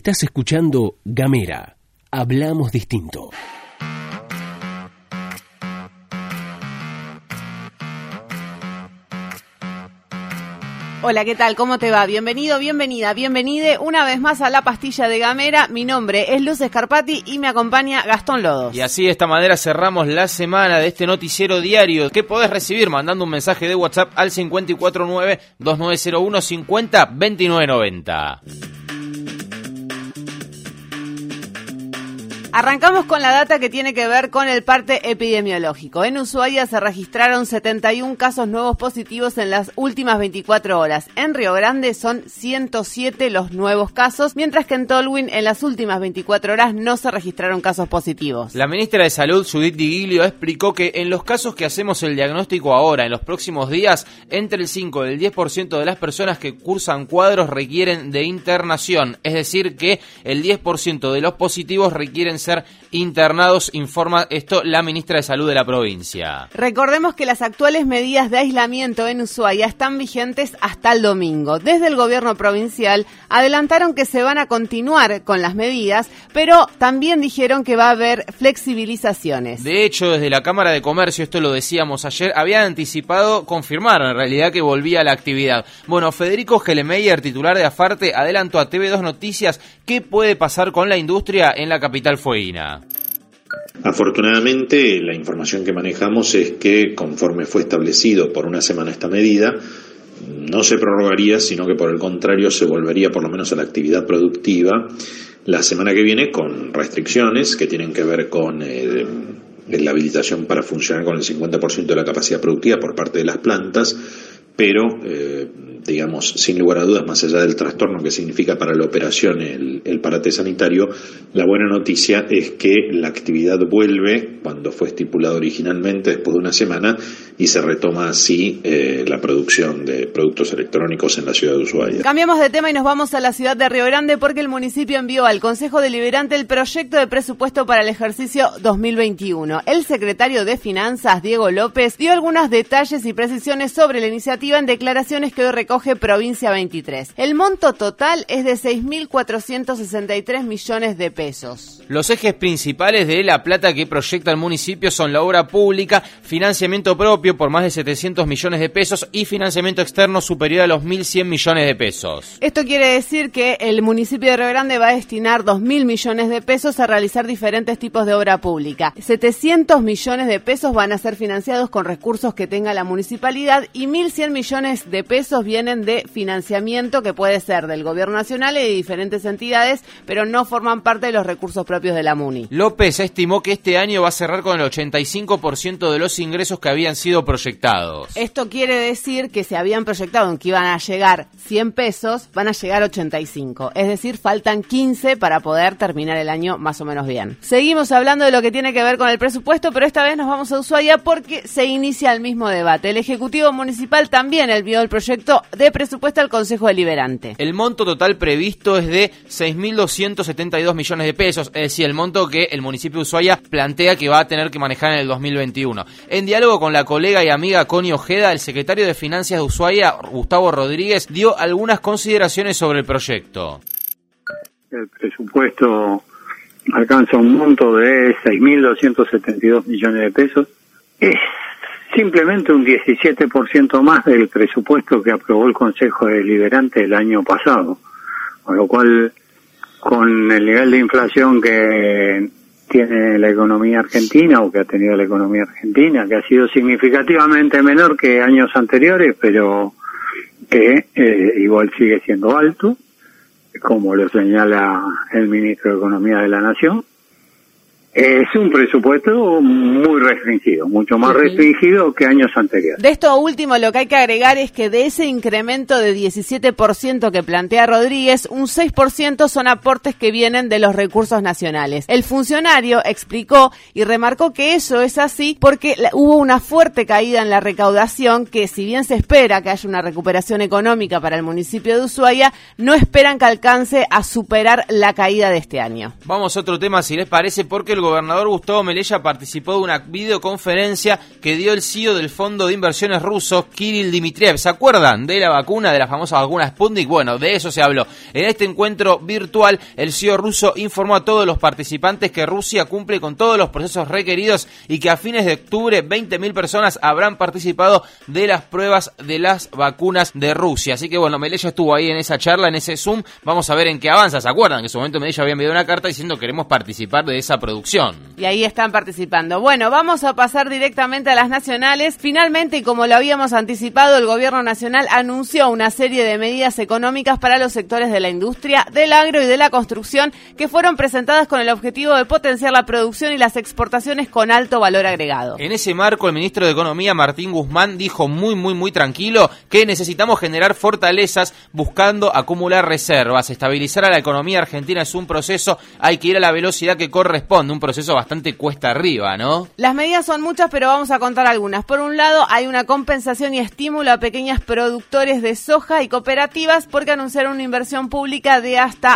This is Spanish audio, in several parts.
Estás escuchando Gamera. Hablamos distinto. Hola, ¿qué tal? ¿Cómo te va? Bienvenido, bienvenida, bienvenide una vez más a La Pastilla de Gamera. Mi nombre es Luz Scarpati y me acompaña Gastón Lodos. Y así de esta manera cerramos la semana de este noticiero diario que podés recibir mandando un mensaje de WhatsApp al 549-2901-50-2990. Arrancamos con la data que tiene que ver con el parte epidemiológico. En Ushuaia se registraron 71 casos nuevos positivos en las últimas 24 horas. En Río Grande son 107 los nuevos casos, mientras que en Tolwyn en las últimas 24 horas no se registraron casos positivos. La ministra de Salud, Judith Di Giglio, explicó que en los casos que hacemos el diagnóstico ahora, en los próximos días, entre el 5 y el 10% de las personas que cursan cuadros requieren de internación. Es decir, que el 10% de los positivos requieren ser internados, informa esto la ministra de Salud de la provincia. Recordemos que las actuales medidas de aislamiento en Ushuaia están vigentes hasta el domingo. Desde el gobierno provincial adelantaron que se van a continuar con las medidas, pero también dijeron que va a haber flexibilizaciones. De hecho, desde la Cámara de Comercio, esto lo decíamos ayer, habían anticipado, confirmaron en realidad que volvía la actividad. Bueno, Federico Gelemeyer, titular de Afarte, adelantó a TV2 Noticias qué puede pasar con la industria en la capital fueguina. Afortunadamente, la información que manejamos es que, conforme fue establecido por una semana esta medida, no se prorrogaría, sino que por el contrario se volvería por lo menos a la actividad productiva la semana que viene con restricciones que tienen que ver con la habilitación para funcionar con el 50% de la capacidad productiva por parte de las plantas, pero digamos, sin lugar a dudas, más allá del trastorno que significa para la operación el parate sanitario, la buena noticia es que la actividad vuelve cuando fue estipulado originalmente después de una semana y se retoma así la producción de productos electrónicos en la ciudad de Ushuaia. Cambiamos de tema y nos vamos a la ciudad de Río Grande porque el municipio envió al Consejo Deliberante el proyecto de presupuesto para el ejercicio 2021. El secretario de Finanzas, Diego López, dio algunos detalles y precisiones sobre la iniciativa en declaraciones que hoy recoge Provincia 23. El monto total es de 6.463 millones de pesos. Los ejes principales de la plata que proyecta el municipio son la obra pública, financiamiento propio por más de 700 millones de pesos y financiamiento externo superior a los 1.100 millones de pesos. Esto quiere decir que el municipio de Río Grande va a destinar 2.000 millones de pesos a realizar diferentes tipos de obra pública. 700 millones de pesos van a ser financiados con recursos que tenga la municipalidad y 1.100 millones de pesos vienen de financiamiento que puede ser del gobierno nacional y de diferentes entidades, pero no forman parte de los recursos propios de la MUNI. López estimó que este año va a cerrar con el 85% de los ingresos que habían sido proyectados. Esto quiere decir que se habían proyectado en que iban a llegar 100 pesos, van a llegar 85. Es decir, faltan 15 para poder terminar el año más o menos bien. Seguimos hablando de lo que tiene que ver con el presupuesto, pero esta vez nos vamos a Ushuaia porque se inicia el mismo debate. El Ejecutivo Municipal también envió el proyecto de presupuesto al Consejo Deliberante. El monto total previsto es de 6.272 millones de pesos, es decir, el monto que el municipio de Ushuaia plantea que va a tener que manejar en el 2021. En diálogo con la colega y amiga Connie Ojeda, el secretario de Finanzas de Ushuaia, Gustavo Rodríguez, dio algunas consideraciones sobre el proyecto. El presupuesto alcanza un monto de 6.272 millones de pesos. Es simplemente un 17% más del presupuesto que aprobó el Consejo Deliberante el año pasado, con lo cual, con el nivel de inflación que tiene la economía argentina o que ha tenido la economía argentina, que ha sido significativamente menor que años anteriores, pero que igual sigue siendo alto, como lo señala el ministro de Economía de la Nación. Es un presupuesto muy restringido, mucho más restringido que años anteriores. De esto último, lo que hay que agregar es que de ese incremento de 17% que plantea Rodríguez, un 6% son aportes que vienen de los recursos nacionales. El funcionario explicó y remarcó que eso es así porque hubo una fuerte caída en la recaudación que, si bien se espera que haya una recuperación económica para el municipio de Ushuaia, no esperan que alcance a superar la caída de este año. Vamos a otro tema, si les parece, porque el gobernador Gustavo Melella participó de una videoconferencia que dio el CEO del fondo de inversiones ruso, Kirill Dmitriev. ¿Se acuerdan de la vacuna, de la famosa vacuna Sputnik? Bueno, de eso se habló. En este encuentro virtual, el CEO ruso informó a todos los participantes que Rusia cumple con todos los procesos requeridos y que a fines de octubre 20.000 personas habrán participado de las pruebas de las vacunas de Rusia. Así que bueno, Melella estuvo ahí en esa charla, en ese Zoom. Vamos a ver en qué avanza. ¿Se acuerdan que en su momento Melella había enviado una carta diciendo queremos participar de esa producción? Y ahí están participando. Bueno, vamos a pasar directamente a las nacionales. Finalmente, y como lo habíamos anticipado, el gobierno nacional anunció una serie de medidas económicas para los sectores de la industria, del agro y de la construcción que fueron presentadas con el objetivo de potenciar la producción y las exportaciones con alto valor agregado. En ese marco, el ministro de Economía, Martín Guzmán, dijo muy tranquilo que necesitamos generar fortalezas buscando acumular reservas. Estabilizar a la economía argentina es un proceso, hay que ir a la velocidad que corresponde, un proceso bastante cuesta arriba, ¿no? Las medidas son muchas, pero vamos a contar algunas. Por un lado, hay una compensación y estímulo a pequeños productores de soja y cooperativas porque anunciaron una inversión pública de hasta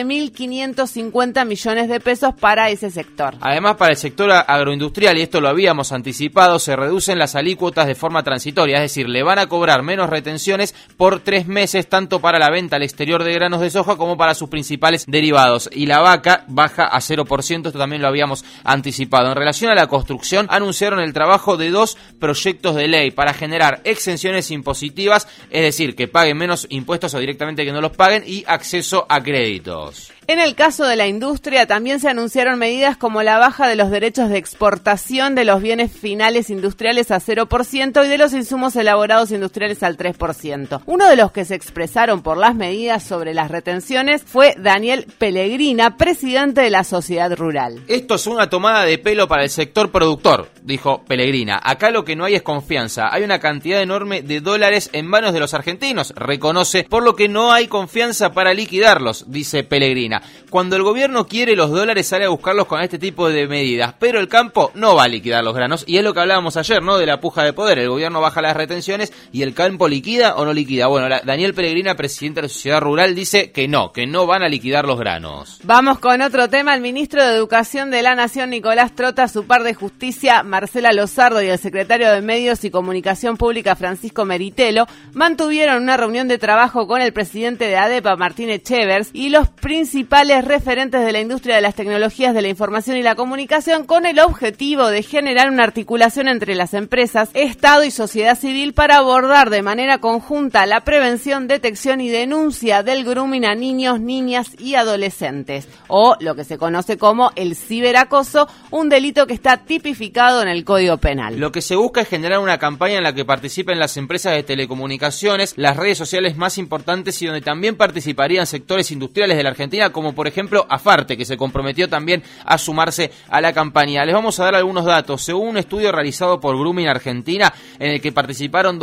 11.550 millones de pesos para ese sector. Además, para el sector agroindustrial, y esto lo habíamos anticipado, se reducen las alícuotas de forma transitoria, es decir, le van a cobrar menos retenciones por 3 meses, tanto para la venta al exterior de granos de soja como para sus principales derivados. Y la vaca baja a 0%, esto también lo habíamos anticipado. En relación a la construcción, anunciaron el trabajo de 2 proyectos de ley para generar exenciones impositivas, es decir, que paguen menos impuestos o directamente que no los paguen, y acceso a créditos. En el caso de la industria, también se anunciaron medidas como la baja de los derechos de exportación de los bienes finales industriales a 0% y de los insumos elaborados industriales al 3%. Uno de los que se expresaron por las medidas sobre las retenciones fue Daniel Pellegrina, presidente de la Sociedad Rural. Esto es una tomada de pelo para el sector productor, dijo Pellegrina. Acá lo que no hay es confianza. Hay una cantidad enorme de dólares en manos de los argentinos, reconoce, por lo que no hay confianza para liquidarlos, dice Pellegrina. Cuando el gobierno quiere los dólares sale a buscarlos con este tipo de medidas, pero el campo no va a liquidar los granos, y es lo que hablábamos ayer, ¿no? De la puja de poder. El gobierno baja las retenciones y el campo liquida o no liquida. Bueno, Daniel Pellegrina, presidente de la Sociedad Rural, dice que no van a liquidar los granos. Vamos con otro tema. El ministro de Educación de la Nación, Nicolás Trota, su par de Justicia, Marcela Lozardo, y el secretario de Medios y Comunicación Pública, Francisco Meritelo, mantuvieron una reunión de trabajo con el presidente de ADEPA, Martín Echevers, y los principales referentes de la industria de las tecnologías de la información y la comunicación, con el objetivo de generar una articulación entre las empresas, Estado y sociedad civil para abordar de manera conjunta la prevención, detección y denuncia del grooming a niños, niñas y adolescentes, o lo que se conoce como el ciberacoso, un delito que está tipificado en el Código Penal. Lo que se busca es generar una campaña en la que participen las empresas de telecomunicaciones, las redes sociales más importantes y donde también participarían sectores industriales de la Argentina, como por ejemplo Afarte, que se comprometió también a sumarse a la campaña. Les vamos a dar algunos datos. Según un estudio realizado por Grooming Argentina, en el que participaron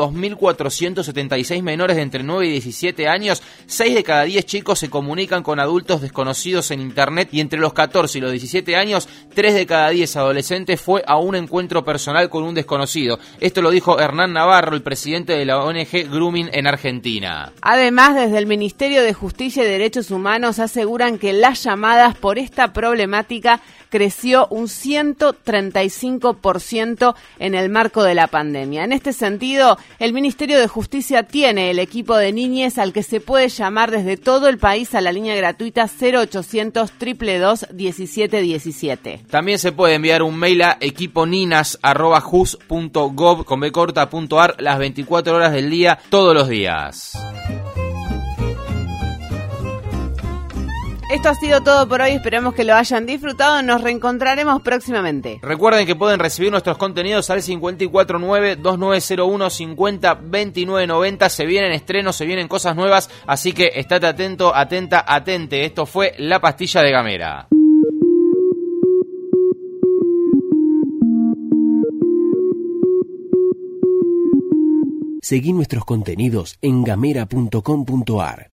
2.476 menores de entre 9 y 17 años, 6 de cada 10 chicos se comunican con adultos desconocidos en internet, y entre los 14 y los 17 años, 3 de cada 10 adolescentes fue a un encuentro personal con un desconocido. Esto lo dijo Hernán Navarro, el presidente de la ONG Grooming en Argentina. Además, desde el Ministerio de Justicia y Derechos Humanos aseguran que las llamadas por esta problemática creció un 135% en el marco de la pandemia. En este sentido, el Ministerio de Justicia tiene el equipo de niñez al que se puede llamar desde todo el país a la línea gratuita 0800 222 1717. También se puede enviar un mail a equiponinas@jus.gov.ar las 24 horas del día, todos los días. Esto ha sido todo por hoy, esperamos que lo hayan disfrutado, nos reencontraremos próximamente. Recuerden que pueden recibir nuestros contenidos al 549-2901-50-2990, se vienen estrenos, se vienen cosas nuevas, así que estate atento, atenta, atente. Esto fue La Pastilla de Gamera. Seguí nuestros contenidos en gamera.com.ar.